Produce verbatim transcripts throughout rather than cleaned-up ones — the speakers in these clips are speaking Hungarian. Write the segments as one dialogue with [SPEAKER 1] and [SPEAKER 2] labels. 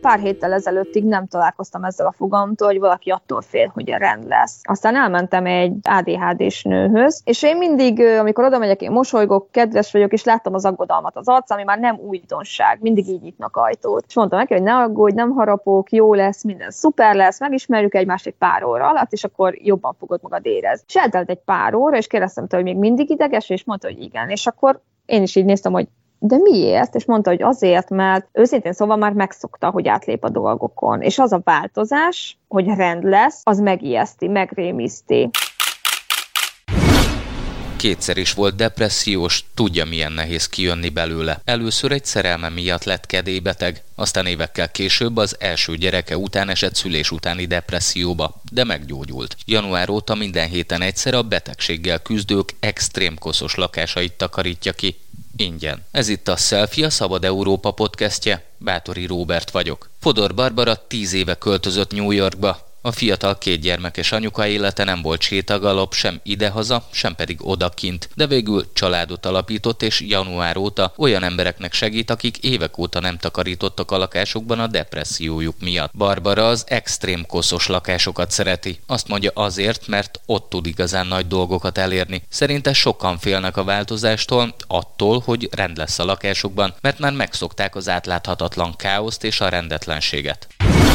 [SPEAKER 1] pár héttel ezelőttig nem találkoztam ezzel a fogalomtól, hogy valaki attól fél, hogy a rend lesz. Aztán elmentem egy á dé há dés nőhöz, és én mindig, amikor oda megyek, én mosolygok, kedves vagyok, és láttam az aggodalmat az arc, ami már nem újdonság, mindig így nyitnak ajtót. És mondtam neki, hogy ne aggódj, nem harapok, jó lesz, minden szuper lesz, megismerjük egymást egy pár óra alatt, és akkor jobban fogod magad érezni. És eltelt egy pár óra, és kérdeztem tőle, hogy még mindig ideges, és mondta, hogy igen. És akkor én is így néztem, hogy de miért? És mondta, hogy azért, mert őszintén szóval már megszokta, hogy átlép a dolgokon. És az a változás, hogy rend lesz, az megijeszti, megrémiszti.
[SPEAKER 2] Kétszer is volt depressziós, tudja, milyen nehéz kijönni belőle. Először egy szerelme miatt lett kedélybeteg, aztán évekkel később az első gyereke után esett szülés utáni depresszióba, de meggyógyult. Január óta minden héten egyszer a betegséggel küzdők extrém koszos lakásait takarítja ki. Ingyen. Ez itt a Selfie, a Szabad Európa podcastje. Bátori Róbert vagyok. Fodor Barbara tíz éve költözött New Yorkba. A fiatal kétgyermekes anyuka élete nem volt sétagalop, sem idehaza, sem pedig odakint, de végül családot alapított, és január óta olyan embereknek segít, akik évek óta nem takarítottak a lakásokban a depressziójuk miatt. Barbara az extrém koszos lakásokat szereti. Azt mondja azért, mert ott tud igazán nagy dolgokat elérni. Szerinte sokan félnek a változástól, attól, hogy rend lesz a lakásokban, mert már megszokták az átláthatatlan káoszt és a rendetlenséget.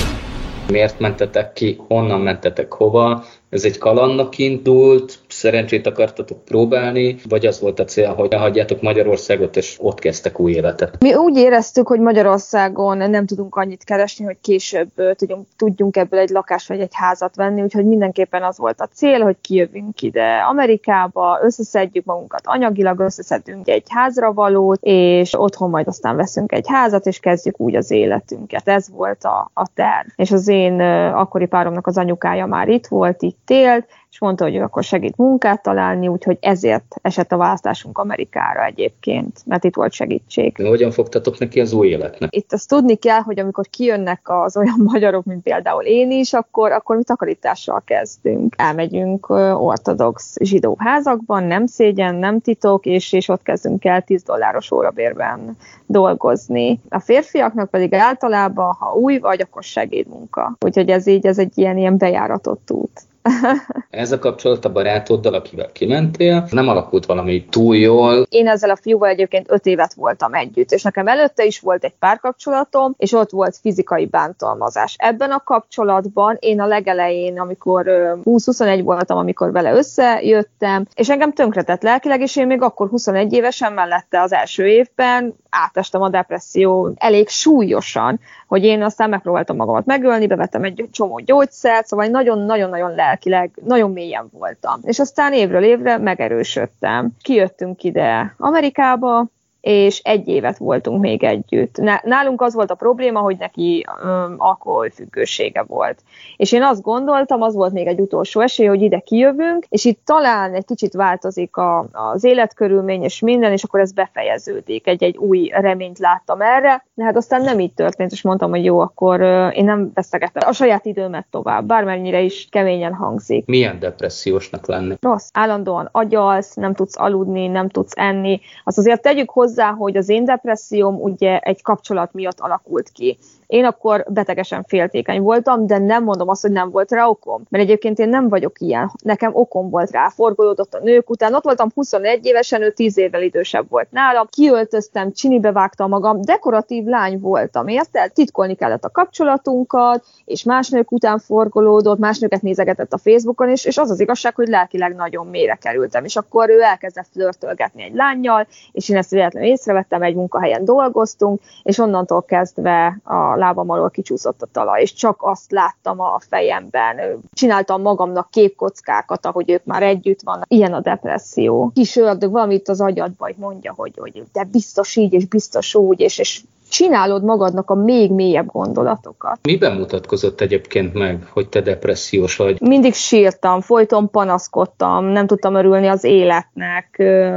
[SPEAKER 3] Miért mentetek ki, honnan mentetek hova? Ez egy kalandnak indult, szerencsét akartatok próbálni, vagy az volt a cél, hogy elhagyjátok Magyarországot, és ott kezdtek új életet?
[SPEAKER 1] Mi úgy éreztük, hogy Magyarországon nem tudunk annyit keresni, hogy később tudjunk, tudjunk ebből egy lakást vagy egy házat venni, úgyhogy mindenképpen az volt a cél, hogy kijövünk ide Amerikába, összeszedjük magunkat anyagilag, összeszedünk egy házra valót, és otthon majd aztán veszünk egy házat, és kezdjük úgy az életünket. Ez volt a, a terv. És az én akkori páromnak az anyukája már itt volt, itt élt, és mondta, hogy ő akkor segít munkát találni, úgyhogy ezért esett a választásunk Amerikára egyébként, mert itt volt segítség.
[SPEAKER 3] Hogyan fogtatok neki az új életnek?
[SPEAKER 1] Itt azt tudni kell, hogy amikor kijönnek az olyan magyarok, mint például én is, akkor, akkor mi takarítással kezdünk. Elmegyünk ortodox zsidó házakban, nem szégyen, nem titok, és, és ott kezdünk el tíz dolláros órabérben dolgozni. A férfiaknak pedig általában, ha új vagy, akkor segédmunka. Úgyhogy ez így, ez egy ilyen, ilyen bejáratott út.
[SPEAKER 3] Ez a kapcsolat a barátoddal, akivel kimentél, nem alakult valami túl jól?
[SPEAKER 1] Én ezzel a fiúval egyébként öt évet voltam együtt, és nekem előtte is volt egy párkapcsolatom, és ott volt fizikai bántalmazás. Ebben a kapcsolatban én a legelején, amikor húsz-huszonegy voltam, amikor vele összejöttem, és engem tönkretett lelkileg, és én még akkor huszonegy évesen mellette az első évben átestem a depresszió elég súlyosan, hogy én aztán megpróbáltam magamat megölni, bevettem egy csomó gyógyszert, szóval nagyon-nagyon-nagyon lelkileg, nagyon mélyen voltam. És aztán évről évre megerősödtem. Kijöttünk ide Amerikába, és egy évet voltunk még együtt. Nálunk az volt a probléma, hogy neki um, alkoholfüggősége volt. És én azt gondoltam, az volt még egy utolsó esély, hogy ide kijövünk, és itt talán egy kicsit változik a, az életkörülmény és minden, és akkor ez befejeződik. Egy-egy új reményt láttam erre, de hát aztán nem így történt, és mondtam, hogy jó, akkor uh, én nem vesztegettem a saját időmet tovább, bármennyire is keményen hangzik.
[SPEAKER 3] Milyen depressziósnak lenni?
[SPEAKER 1] Rossz. Állandóan agyalsz, nem tudsz aludni, nem tudsz enni. Azt azért tegyük hozzá, hozzá, hogy az én depresszióm ugye egy kapcsolat miatt alakult ki. Én akkor betegesen féltékeny voltam, de nem mondom azt, hogy nem volt rá okom. Mert egyébként én nem vagyok ilyen. Nekem okom volt rá, forgolódott a nők után. Ott voltam huszonegy évesen, ő tíz évvel idősebb volt nálam. Kiöltöztem, csinibe vágtam magam, dekoratív lány voltam, érted? Titkolni kellett a kapcsolatunkat, és más nők után forgolódott, más nőket nézegetett a Facebookon, és, és az az igazság, hogy lelkileg nagyon mélyre kerültem. És akkor ő elkezdett flörtölgetni egy lánnyal, és én ezt véletlenül észrevettem, egy munkahelyen dolgoztunk, és onnantól kezdve a lábam alól kicsúszott a talaj, és csak azt láttam a fejemben. Csináltam magamnak képkockákat, ahogy ők már együtt vannak. Ilyen a depresszió. Kis ördög valamit az agyadba, hogy mondja, hogy, hogy de biztos így, és biztos úgy, és, és csinálod magadnak a még mélyebb gondolatokat.
[SPEAKER 3] Miben mutatkozott egyébként meg, hogy te depressziós vagy?
[SPEAKER 1] Mindig sírtam, folyton panaszkodtam, nem tudtam örülni az életnek,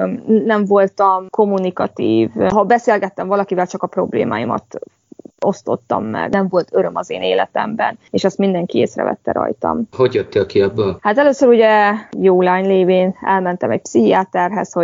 [SPEAKER 1] nem voltam kommunikatív. Ha beszélgettem valakivel, csak a problémáimat osztottam meg. Nem volt öröm az én életemben, és azt mindenki észrevette rajtam.
[SPEAKER 3] Hogy jöttél ki ebből?
[SPEAKER 1] Hát először ugye jó lány lévén elmentem egy pszichiáterhez, hogy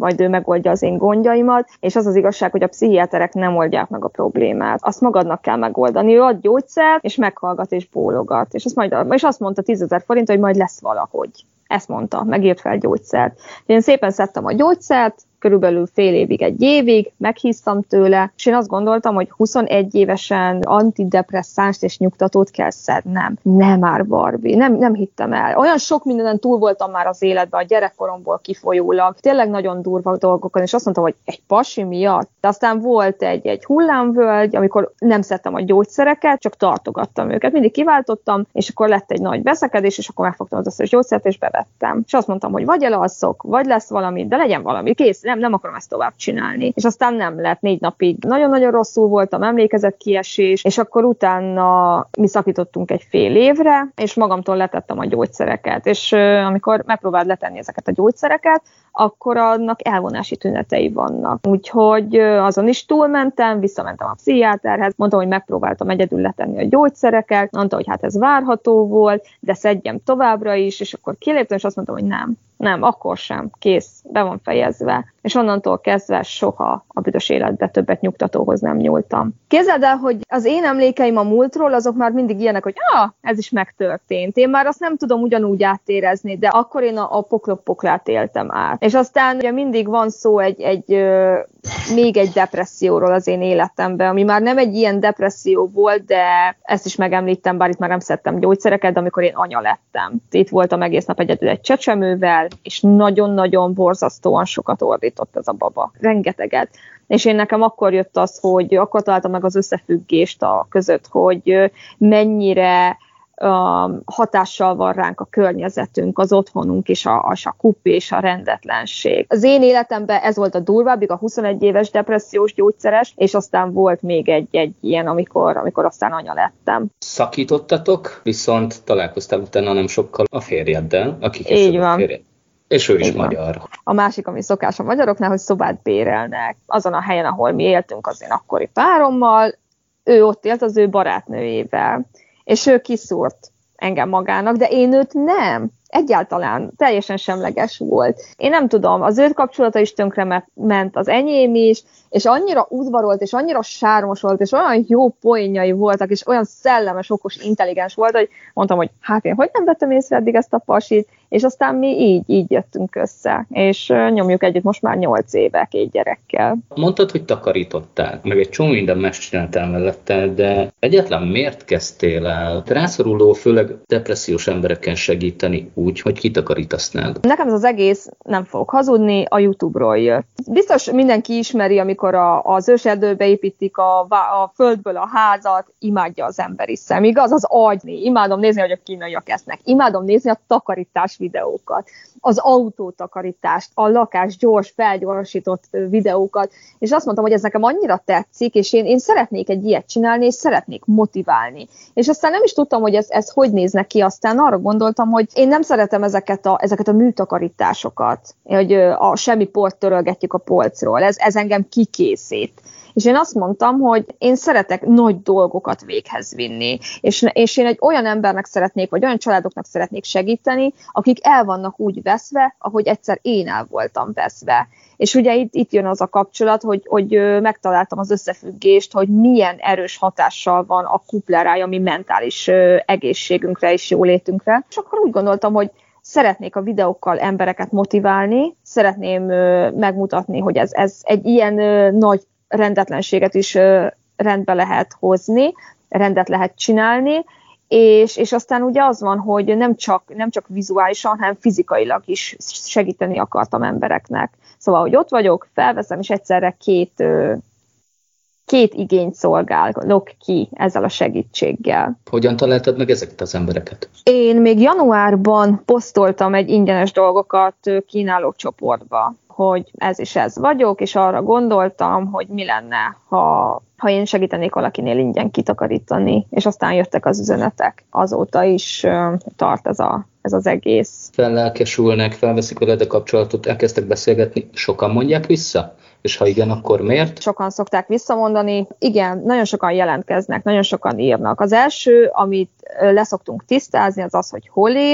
[SPEAKER 1] majd ő megoldja az én gondjaimat, és az az igazság, hogy a pszichiáterek nem oldják meg a problémát. Azt magadnak kell megoldani. Ő ad gyógyszert, és meghallgat, és bólogat. És azt, majd, és azt mondta tízezer forint, hogy majd lesz valahogy. Ezt mondta, megírt fel gyógyszert. Én szépen szedtem a gyógyszert, körülbelül fél évig, egy évig, meghíztam tőle, és én azt gondoltam, hogy huszonegy évesen antidepresszánst és nyugtatót kell szednem. Nem már, Barbie, nem, nem hittem el. Olyan sok mindenen túl voltam már az életben, a gyerekkoromból kifolyólag, tényleg nagyon durva dolgokon, és azt mondtam, hogy egy pasi miatt. De aztán volt egy, egy hullámvölgy, amikor nem szedtem a gyógyszereket, csak tartogattam őket. Mindig kiváltottam, és akkor lett egy nagy veszekedés, és akkor megfogtam az összes gyógyszert, és bevettem. És azt mondtam, hogy vagy elalszok, vagy lesz valami, de legyen valami, kész. Nem, nem akarom ezt tovább csinálni. És aztán nem lett, négy napig nagyon-nagyon rosszul voltam, emlékezetkiesés, és akkor utána mi szakítottunk egy fél évre, és magamtól letettem a gyógyszereket. És uh, amikor megpróbáld letenni ezeket a gyógyszereket, akkor annak elvonási tünetei vannak. Úgyhogy uh, azon is túlmentem, visszamentem a pszichiáterhez, mondtam, hogy megpróbáltam egyedül letenni a gyógyszereket, mondta, hogy hát ez várható volt, de szedjem továbbra is, és akkor kiléptem, és azt mondtam, hogy nem. Nem, akkor sem. Kész, be van fejezve. És onnantól kezdve soha a büdös életbe többet nyugtatóhoz nem nyúltam. Képzeld el, hogy az én emlékeim a múltról, azok már mindig ilyenek, hogy ah, ez is megtörtént. Én már azt nem tudom ugyanúgy átérezni, de akkor én a, a poklok-poklát éltem át. És aztán ugye mindig van szó egy, egy ö, még egy depresszióról az én életemben, ami már nem egy ilyen depresszió volt, de ezt is megemlítem, bár itt már nem szedtem gyógyszereket, de amikor én anya lettem. Itt voltam egész nap egyedül egy csecsemővel, és nagyon-nagyon borzasztóan sokat ordított ez a baba. Rengeteget. És én nekem akkor jött az, hogy akkor találtam meg az összefüggést a között, hogy mennyire um, hatással van ránk a környezetünk, az otthonunk, és a, a kupi és a rendetlenség. Az én életemben ez volt a durvábbig, a huszonegy éves depressziós gyógyszeres, és aztán volt még egy-egy ilyen, amikor, amikor aztán anya lettem.
[SPEAKER 3] Szakítottatok, viszont találkoztál utána nem sokkal a férjeddel, aki
[SPEAKER 1] később
[SPEAKER 3] a férjed. És ő is
[SPEAKER 1] Igen.
[SPEAKER 3] magyar.
[SPEAKER 1] A másik, ami szokás a magyaroknál, hogy szobát bérelnek. Azon a helyen, ahol mi éltünk az én akkori párommal, ő ott élt az ő barátnőjével. És ő kiszúrt engem magának, de én őt nem. Egyáltalán teljesen semleges volt. Én nem tudom, az ő kapcsolata is tönkre ment, az enyém is, és annyira udvarolt, és annyira sármos volt, és olyan jó poénjai voltak, és olyan szellemes, okos, intelligens volt, hogy mondtam, hogy hát én hogy nem vettem észre eddig ezt a pasit, és aztán mi így, így jöttünk össze, és nyomjuk együtt most már nyolc éve két gyerekkel.
[SPEAKER 3] Mondtad, hogy takarítottál, meg egy csomó minden más csináltál mellette, de egyáltalán miért kezdtél el rászoruló, főleg depressziós embereken segíteni úgy, hogy kitakarítasz nálad?
[SPEAKER 1] Nekem ez az egész, nem fogok hazudni, a YouTube-ról jött. Biztos mindenki ismeri, amikor a, az őserdőbe építik a, a földből a házat, imádja az ember is szem, igaz? Az agyni. Imádom nézni, hogy a kínaiak esznek. Imádom nézni a takarítás videókat, az autótakarítást, a lakás gyors, felgyorsított videókat, és azt mondtam, hogy ez nekem annyira tetszik, és én, én szeretnék egy ilyet csinálni, és szeretnék motiválni. És aztán nem is tudtam, hogy ez, ez hogy néz neki, aztán arra gondoltam, hogy én nem szeretem ezeket a, ezeket a műtakarításokat, hogy a semmi port törölgetjük a polcról, ez, ez engem kikészít. És én azt mondtam, hogy én szeretek nagy dolgokat véghez vinni, és, és én egy olyan embernek szeretnék, vagy olyan családoknak szeretnék segíteni, akik el vannak úgy veszve, ahogy egyszer én el voltam veszve. És ugye itt, itt jön az a kapcsolat, hogy, hogy megtaláltam az összefüggést, hogy milyen erős hatással van a kuplerája a mi mentális egészségünkre és jólétünkre. És akkor úgy gondoltam, hogy szeretnék a videókkal embereket motiválni, szeretném megmutatni, hogy ez, ez egy ilyen nagy rendetlenséget is rendbe lehet hozni, rendet lehet csinálni, és, és aztán ugye az van, hogy nem csak, nem csak vizuálisan, hanem fizikailag is segíteni akartam embereknek. Szóval, hogy ott vagyok, felveszem, és egyszerre két, két igényt szolgálok ki ezzel a segítséggel.
[SPEAKER 3] Hogyan találtad meg ezeket az embereket?
[SPEAKER 1] Én még januárban posztoltam egy ingyenes dolgokat kínáló csoportba, hogy ez is ez vagyok, és arra gondoltam, hogy mi lenne, ha, ha én segítenék valakinél ingyen kitakarítani, és aztán jöttek az üzenetek. Azóta is uh, tart ez, a, ez az egész.
[SPEAKER 3] Fellelkesülnek, felveszik veled a kapcsolatot, elkezdtek beszélgetni, sokan mondják vissza? És ha igen, akkor miért?
[SPEAKER 1] Sokan szokták visszamondani. Igen, nagyon sokan jelentkeznek, nagyon sokan írnak. Az első, amit leszoktunk tisztázni, az az, hogy hol él,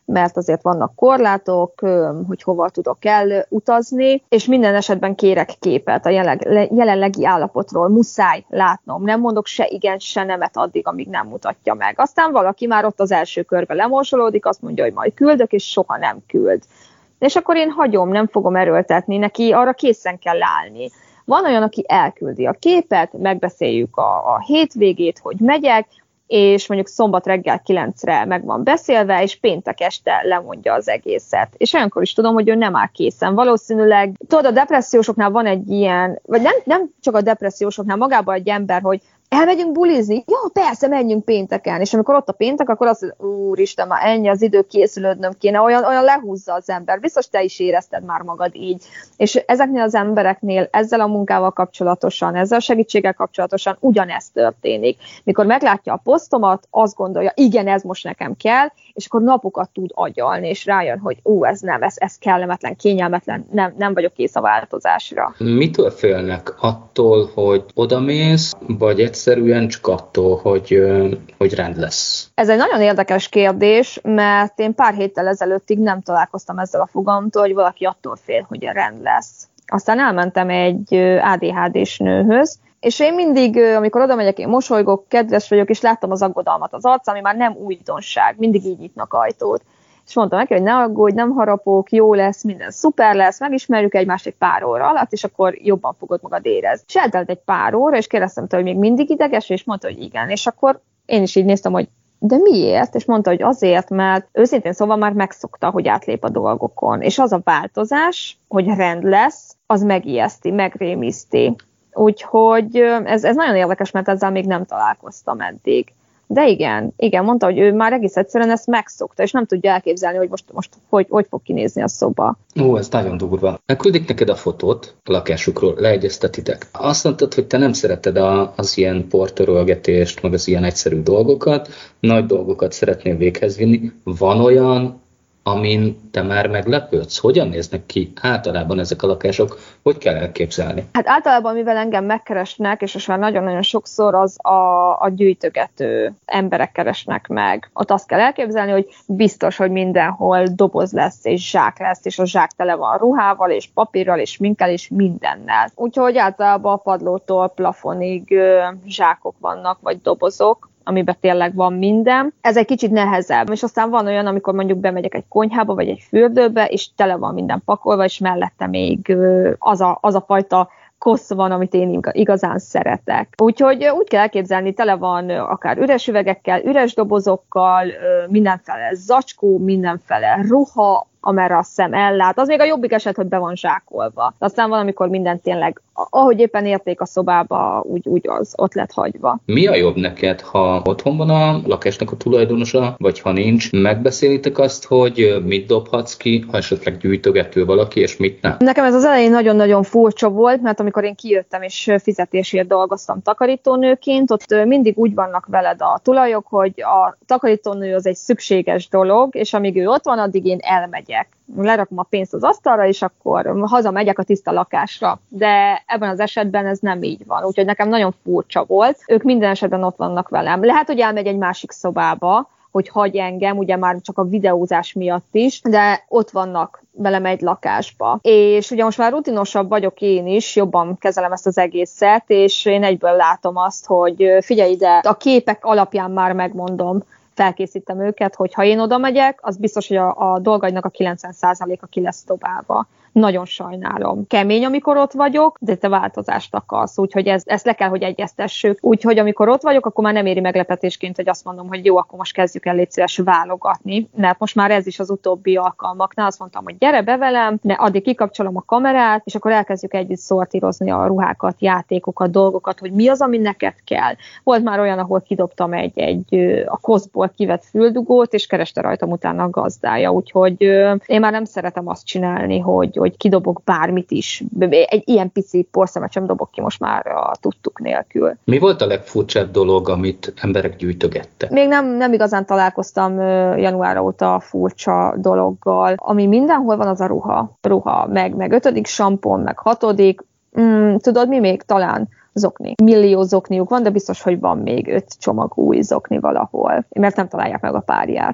[SPEAKER 1] mert azért vannak korlátok, hogy hova tudok elutazni, és minden esetben kérek képet a jelenleg, jelenlegi állapotról, muszáj látnom, nem mondok se igen, se nemet addig, amíg nem mutatja meg. Aztán valaki már ott az első körbe lemorzsolódik, azt mondja, hogy majd küldök, és soha nem küld. És akkor én hagyom, nem fogom erőltetni, neki arra készen kell állni. Van olyan, aki elküldi a képet, megbeszéljük a, a hétvégét, hogy megyek, és mondjuk szombat reggel kilencre meg van beszélve, és péntek este lemondja az egészet. És olyankor is tudom, hogy ő nem áll készen. Valószínűleg, tudod, a depressziósoknál van egy ilyen, vagy nem, nem csak a depressziósoknál, magában egy ember, hogy elmegyünk bulizni? Jó, persze, menjünk pénteken. És amikor ott a péntek, akkor azt mondja, úristen, már ennyi az idő, készülődnöm kéne, olyan, olyan lehúzza az ember. Biztos te is érezted már magad így. És ezeknél az embereknél ezzel a munkával kapcsolatosan, ezzel a segítséggel kapcsolatosan ugyanezt történik. Mikor meglátja a posztomat, azt gondolja, igen, ez most nekem kell, és akkor napokat tud agyalni, és rájön, hogy ú, ez nem, ez, ez kellemetlen, kényelmetlen, nem, nem vagyok kész a változásra.
[SPEAKER 3] Mitől félnek? Attól, hogy odamész, vagy egyszerűen csak attól, hogy, hogy rend lesz?
[SPEAKER 1] Ez egy nagyon érdekes kérdés, mert én pár héttel ezelőttig nem találkoztam ezzel a fogalomtól, hogy valaki attól fél, hogy rend lesz. Aztán elmentem egy á dé há dés nőhöz, és én mindig, amikor oda megyek, én mosolygok, kedves vagyok, és láttam az aggodalmat az arcán, ami már nem újdonság, mindig így nyitnak ajtót. És mondtam neki, hogy ne aggódj, nem harapok, jó lesz, minden szuper lesz, megismerjük egymást egy pár óra alatt, és akkor jobban fogod magad érezni. És eltelt egy pár óra, és kérdeztem tőle, hogy még mindig ideges, és mondta, hogy igen. És akkor én is így néztem, hogy de miért? És mondta, hogy azért, mert őszintén szóval már megszokta, hogy átlép a dolgokon. És az a változás, hogy rend lesz, az megijeszti, megrémiszti. Úgyhogy ez, ez nagyon érdekes, mert ezzel még nem találkoztam eddig. De igen, igen, mondta, hogy ő már egész egyszerűen ezt megszokta, és nem tudja elképzelni, hogy most, most hogy, hogy fog kinézni a szoba.
[SPEAKER 3] Ó, ez nagyon durva. Megküldik neked a fotót a lakásukról, leegyeztetitek. Azt mondtad, hogy te nem szereted a, az ilyen portörölgetést, meg az ilyen egyszerű dolgokat, nagy dolgokat szeretnél véghez vinni. Van olyan, amin te már meglepődsz? Hogyan néznek ki általában ezek a lakások? Hogy kell elképzelni?
[SPEAKER 1] Hát általában, mivel engem megkeresnek, és most már nagyon-nagyon sokszor az a, a gyűjtögető emberek keresnek meg. Ott azt kell elképzelni, hogy biztos, hogy mindenhol doboz lesz, és zsák lesz, és a zsák tele van ruhával, és papírral, és minkkel, és mindennel. Úgyhogy általában a padlótól plafonig zsákok vannak, vagy dobozok, amiben tényleg van minden. Ez egy kicsit nehezebb. És aztán van olyan, amikor mondjuk bemegyek egy konyhába, vagy egy fürdőbe, és tele van minden pakolva, és mellette még az a, az a fajta kosz van, amit én igazán szeretek. Úgyhogy úgy kell elképzelni, tele van akár üres üvegekkel, üres dobozokkal, mindenfele zacskó, mindenfele ruha, amerre a szem ellát. Az még a jobbik eset, hogy be van zsákolva. De aztán van, amikor minden tényleg, ahogy éppen érték a szobába, úgy, úgy az ott lett hagyva.
[SPEAKER 3] Mi a jobb neked, ha otthon van a lakásnak a tulajdonosa, vagy ha nincs? Megbeszélitek azt, hogy mit dobhatsz ki, ha esetleg gyűjtögető valaki, és mit nem?
[SPEAKER 1] Nekem ez az elején nagyon-nagyon furcsa volt, mert amikor én kijöttem és fizetésért dolgoztam takarítónőként, ott mindig úgy vannak veled a tulajok, hogy a takarítónő az egy szükséges dolog, és amíg ő ott van, addig én elmegyek. Lerakom a pénzt az asztalra, és akkor hazamegyek a tiszta lakásra. De ebben az esetben ez nem így van. Úgyhogy nekem nagyon furcsa volt. Ők minden esetben ott vannak velem. Lehet, hogy elmegy egy másik szobába, hogy hagy engem, ugye már csak a videózás miatt is, de ott vannak velem egy lakásba. És ugye most már rutinosabb vagyok én is, jobban kezelem ezt az egészet, és én egyből látom azt, hogy figyelj ide, a képek alapján már megmondom, felkészítem őket, hogy ha én oda megyek, az biztos, hogy a, a dolgaidnak a kilencven százaléka ki lesz dobálva. Nagyon sajnálom. Kemény, amikor ott vagyok, de te változást akarsz, úgyhogy ez, ezt le kell, hogy egyeztessük. Úgyhogy amikor ott vagyok, akkor már nem éri meglepetésként, hogy azt mondom, hogy jó, akkor most kezdjük el légy szíves válogatni, mert most már ez is az utóbbi alkalmaknál. Azt mondtam, hogy gyere be velem, de addig kikapcsolom a kamerát, és akkor elkezdjük együtt szortírozni a ruhákat, játékokat, dolgokat, hogy mi az, ami neked kell. Volt már olyan, ahol kidobtam egy, egy a koszból kivett füldugót, és kereste rajtam utána a gazdája. Úgyhogy én már nem szeretem azt csinálni, hogy hogy kidobok bármit is. Egy ilyen pici porszemet sem dobok ki most már a tudtuk nélkül.
[SPEAKER 3] Mi volt a legfurcsább dolog, amit emberek gyűjtögettek?
[SPEAKER 1] Még nem, nem igazán találkoztam január óta furcsa dologgal. Ami mindenhol van, az a ruha. Ruha, meg, meg ötödik sampon, meg hatodik. Mm, tudod, mi még? Talán zokni. Millió zokniuk van, de biztos, hogy van még öt csomag új zokni valahol. Mert nem találják meg a párját.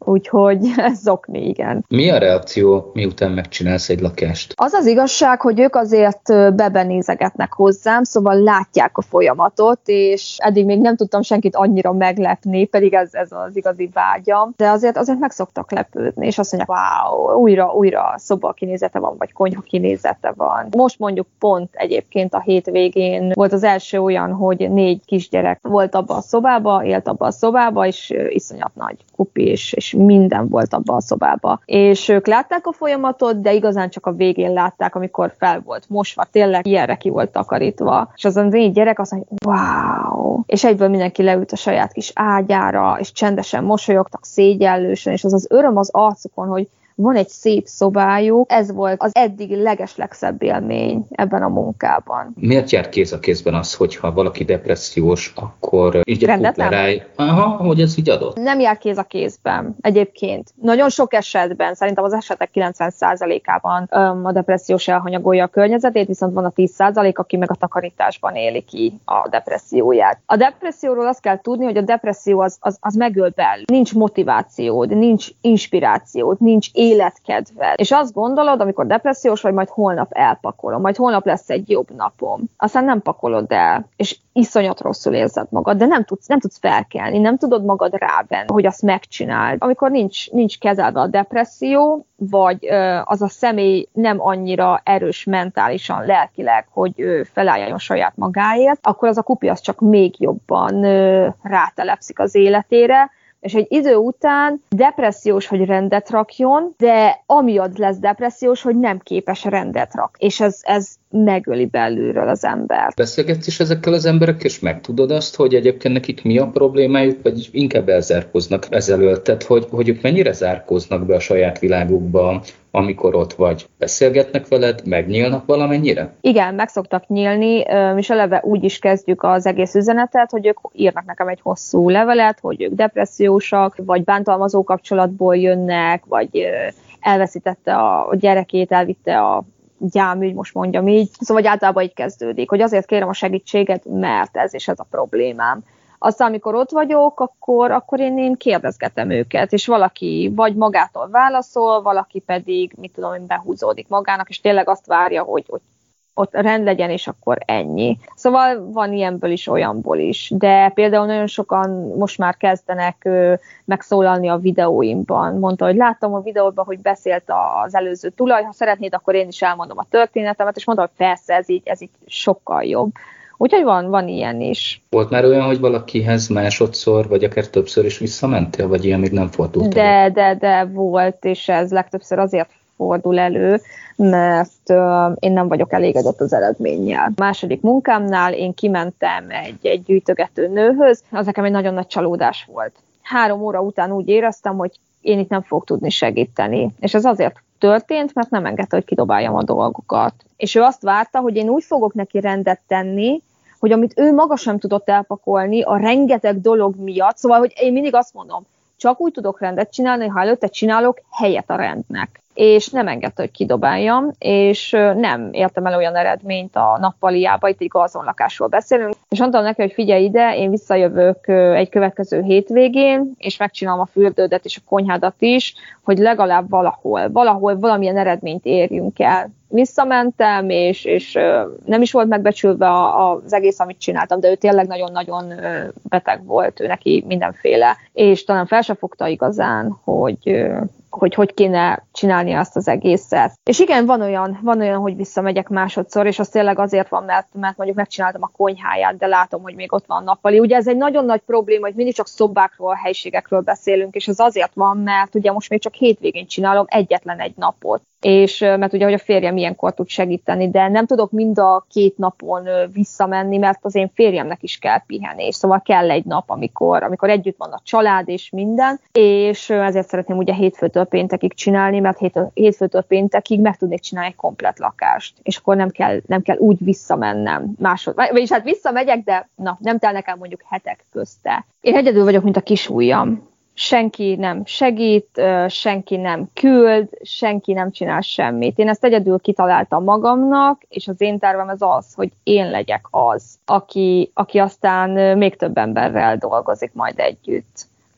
[SPEAKER 1] Úgyhogy ez zokni, igen.
[SPEAKER 3] Mi a reakció, miután megcsinálsz egy lakást?
[SPEAKER 1] Az az igazság, hogy ők azért bebenézegetnek hozzám, szóval látják a folyamatot, és eddig még nem tudtam senkit annyira meglepni, pedig ez, ez az igazi vágyam, de azért, azért meg szoktak lepődni, és azt mondják, wow, újra, újra szoba kinézete van, vagy konyha kinézete van. Most mondjuk pont egyébként a hétvégén volt az első olyan, hogy négy kisgyerek volt abban a szobába, élt abban a szobába, és iszonyat nagy kupi, és, és minden volt abban a szobába. És ők látták a folyamatot, de igazán csak a végén látták, amikor fel volt mosva, tényleg ilyenre ki volt takarítva. És az a négy gyerek azt mondja, wow! És egyből mindenki leült a saját kis ágyára, és csendesen mosolyogtak, szégyellősen, és az az öröm az arcukon, hogy van egy szép szobájuk, ez volt az eddig legeslegszebb élmény ebben a munkában.
[SPEAKER 3] Miért jár kéz a kézben az, hogyha valaki depressziós, akkor így kuperálj? Aha, hogy ez így adott?
[SPEAKER 1] Nem jár kéz a kézben egyébként. Nagyon sok esetben, szerintem az esetek kilencven százalékában a depressziós elhanyagolja a környezetét, viszont van a tíz százalék, aki meg a takarításban éli ki a depresszióját. A depresszióról azt kell tudni, hogy a depresszió az, az, az megöl belül. Nincs motivációd, nincs inspirációd, nincs életkedved. És azt gondolod, amikor depressziós vagy, majd holnap elpakolom, majd holnap lesz egy jobb napom. Aztán nem pakolod el, és iszonyat rosszul érzed magad, de nem tudsz, nem tudsz felkelni, nem tudod magad rávenni, hogy azt megcsináld. Amikor nincs, nincs kezelve a depresszió, vagy ö, az a személy nem annyira erős mentálisan, lelkileg, hogy ö, felálljon saját magáért, akkor az a kupi az csak még jobban ö, rátelepszik az életére, és egy idő után depressziós, hogy rendet rakjon, de amiatt lesz depressziós, hogy nem képes rendet rak. És ez, ez megöli belülről az ember.
[SPEAKER 3] Beszélgetsz is ezekkel az emberekkel, és megtudod azt, hogy egyébként nekik mi a problémájuk, vagy inkább elzárkóznak ezelőtt, tehát hogy, hogy ők mennyire zárkóznak be a saját világukba, amikor ott vagy. Beszélgetnek veled, megnyílnak valamennyire?
[SPEAKER 1] Igen, meg szoktak nyílni, és eleve úgy is kezdjük az egész üzenetet, hogy ők írnak nekem egy hosszú levelet, hogy ők depressziósak, vagy bántalmazó kapcsolatból jönnek, vagy elveszítette a gyerekét, elvitte a gyámügy, most mondjam így. Szóval általában így kezdődik, hogy azért kérem a segítséget, mert ez és ez a problémám. Aztán, amikor ott vagyok, akkor, akkor én, én kérdezgetem őket, és valaki vagy magától válaszol, valaki pedig, mit tudom én, behúzódik magának, és tényleg azt várja, hogy, hogy ott rend legyen, és akkor ennyi. Szóval van ilyenből is, olyanból is. De például nagyon sokan most már kezdenek ö, megszólalni a videóimban. Mondta, hogy láttam a videóban, hogy beszélt az előző tulaj, ha szeretnéd, akkor én is elmondom a történetemet, és mondta, hogy persze, ez így, ez így sokkal jobb. Úgyhogy van, van ilyen is.
[SPEAKER 3] Volt már olyan, hogy valakihez másodszor, vagy akár többször is visszamentél, vagy ilyen még nem fordult
[SPEAKER 1] de, elő? De, de volt, és ez legtöbbször azért fordul elő, mert uh, én nem vagyok elégedett az eredménnyel. A második munkámnál én kimentem egy, egy gyűjtögető nőhöz, az nekem egy nagyon nagy csalódás volt. Három óra után úgy éreztem, hogy én itt nem fogok tudni segíteni. És ez azért történt, mert nem engedte, hogy kidobáljam a dolgokat. És ő azt várta, hogy én úgy fogok neki rendet tenni, hogy amit ő maga sem tudott elpakolni a rengeteg dolog miatt, szóval, hogy én mindig azt mondom, csak úgy tudok rendet csinálni, ha előtte csinálok helyet a rendnek. És nem engedte, hogy kidobáljam, és nem értem el olyan eredményt a nappaliába, itt egy gazonlakásról beszélünk, és mondtam neki, hogy figyelj ide, én visszajövök egy következő hétvégén, és megcsinálom a fürdődet és a konyhádat is, hogy legalább valahol, valahol valamilyen eredményt érjünk el. Visszamentem, és, és nem is volt megbecsülve az egész, amit csináltam, de ő tényleg nagyon-nagyon beteg volt, ő neki mindenféle, és talán fel se fogta igazán, hogy hogy hogy kéne csinálni azt az egészet. És igen, van olyan, van olyan, hogy visszamegyek másodszor, és az tényleg azért van, mert, mert mondjuk megcsináltam a konyháját, de látom, hogy még ott van a nappali. Ugye ez egy nagyon nagy probléma, hogy mindig csak szobákról, helyiségekről beszélünk, és ez azért van, mert ugye most még csak hétvégén csinálom egyetlen egy napot. És mert ugye, hogy a férjem ilyenkor tud segíteni, de nem tudok mind a két napon visszamenni, mert az én férjemnek is kell pihenés, szóval kell egy nap, amikor, amikor együtt van a család és minden, és ezért szeretném ugye hétfőtől péntekig csinálni, mert hét, hétfőtől péntekig meg tudnék csinálni egy komplett lakást, és akkor nem kell, nem kell úgy visszamennem másod, vagyis hát visszamegyek, de na, nem telnek el mondjuk hetek közte. Én egyedül vagyok, mint a kis ujjam. Senki nem segít, senki nem küld, senki nem csinál semmit. Én ezt egyedül kitaláltam magamnak, és az én tervem az az, hogy én legyek az, aki, aki aztán még több emberrel dolgozik majd együtt.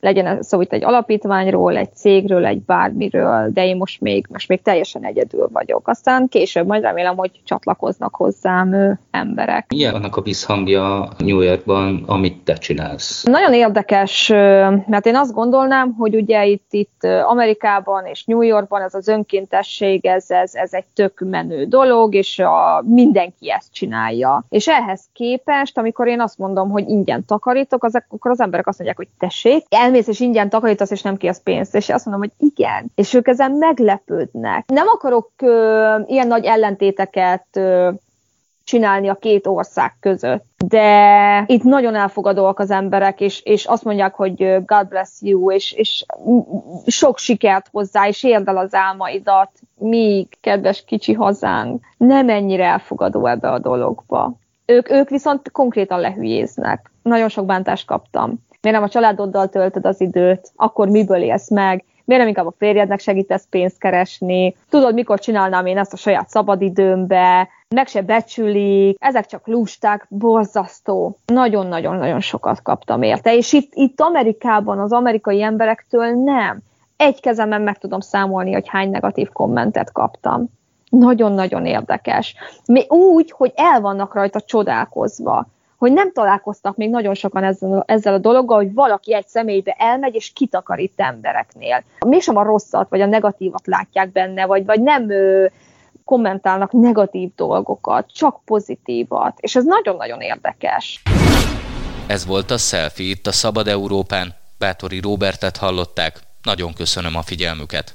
[SPEAKER 1] legyen szó itt egy alapítványról, egy cégről, egy bármiről, de én most még, most még teljesen egyedül vagyok. Aztán később majd remélem, hogy csatlakoznak hozzám ő, emberek.
[SPEAKER 3] Milyen annak a visszhangja New Yorkban, amit te csinálsz?
[SPEAKER 1] Nagyon érdekes, mert én azt gondolnám, hogy ugye itt, itt Amerikában és New Yorkban ez az önkéntesség, ez, ez, ez egy tök menő dolog, és a, mindenki ezt csinálja. És ehhez képest, amikor én azt mondom, hogy ingyen takarítok, az, akkor az emberek azt mondják, hogy tessék, elmész és ingyen takarítasz, és nem kérsz pénzt. És azt mondom, hogy igen. És ők ezen meglepődnek. Nem akarok ö, ilyen nagy ellentéteket ö, csinálni a két ország között. De itt nagyon elfogadóak az emberek, és, és azt mondják, hogy God bless you, és, és sok sikert hozzá, és érd el az álmaidat, míg, kedves kicsi hazánk, nem ennyire elfogadó ebbe a dologba. Ők, ők viszont konkrétan lehülyéznek. Nagyon sok bántást kaptam. Miért nem a családoddal töltöd az időt, akkor miből élsz meg? Miért nem inkább a férjednek segítesz pénzt keresni? Tudod, mikor csinálnám én ezt a saját szabadidőmbe? Meg se becsülik, ezek csak lusták, borzasztó. Nagyon-nagyon-nagyon sokat kaptam érte. És itt, itt Amerikában az amerikai emberektől nem. Egy kezemben meg tudom számolni, hogy hány negatív kommentet kaptam. Nagyon-nagyon érdekes. Mi úgy, hogy el vannak rajta csodálkozva, hogy nem találkoztak még nagyon sokan ezzel, ezzel a dologgal, hogy valaki egy személybe elmegy és kitakarít embereknél. Mégsem a rosszat vagy a negatívat látják benne, vagy, vagy nem ö, kommentálnak negatív dolgokat, csak pozitívat, és ez nagyon-nagyon érdekes.
[SPEAKER 2] Ez volt a Selfie itt a Szabad Európán. Báthori Róbertet hallották. Nagyon köszönöm a figyelmüket.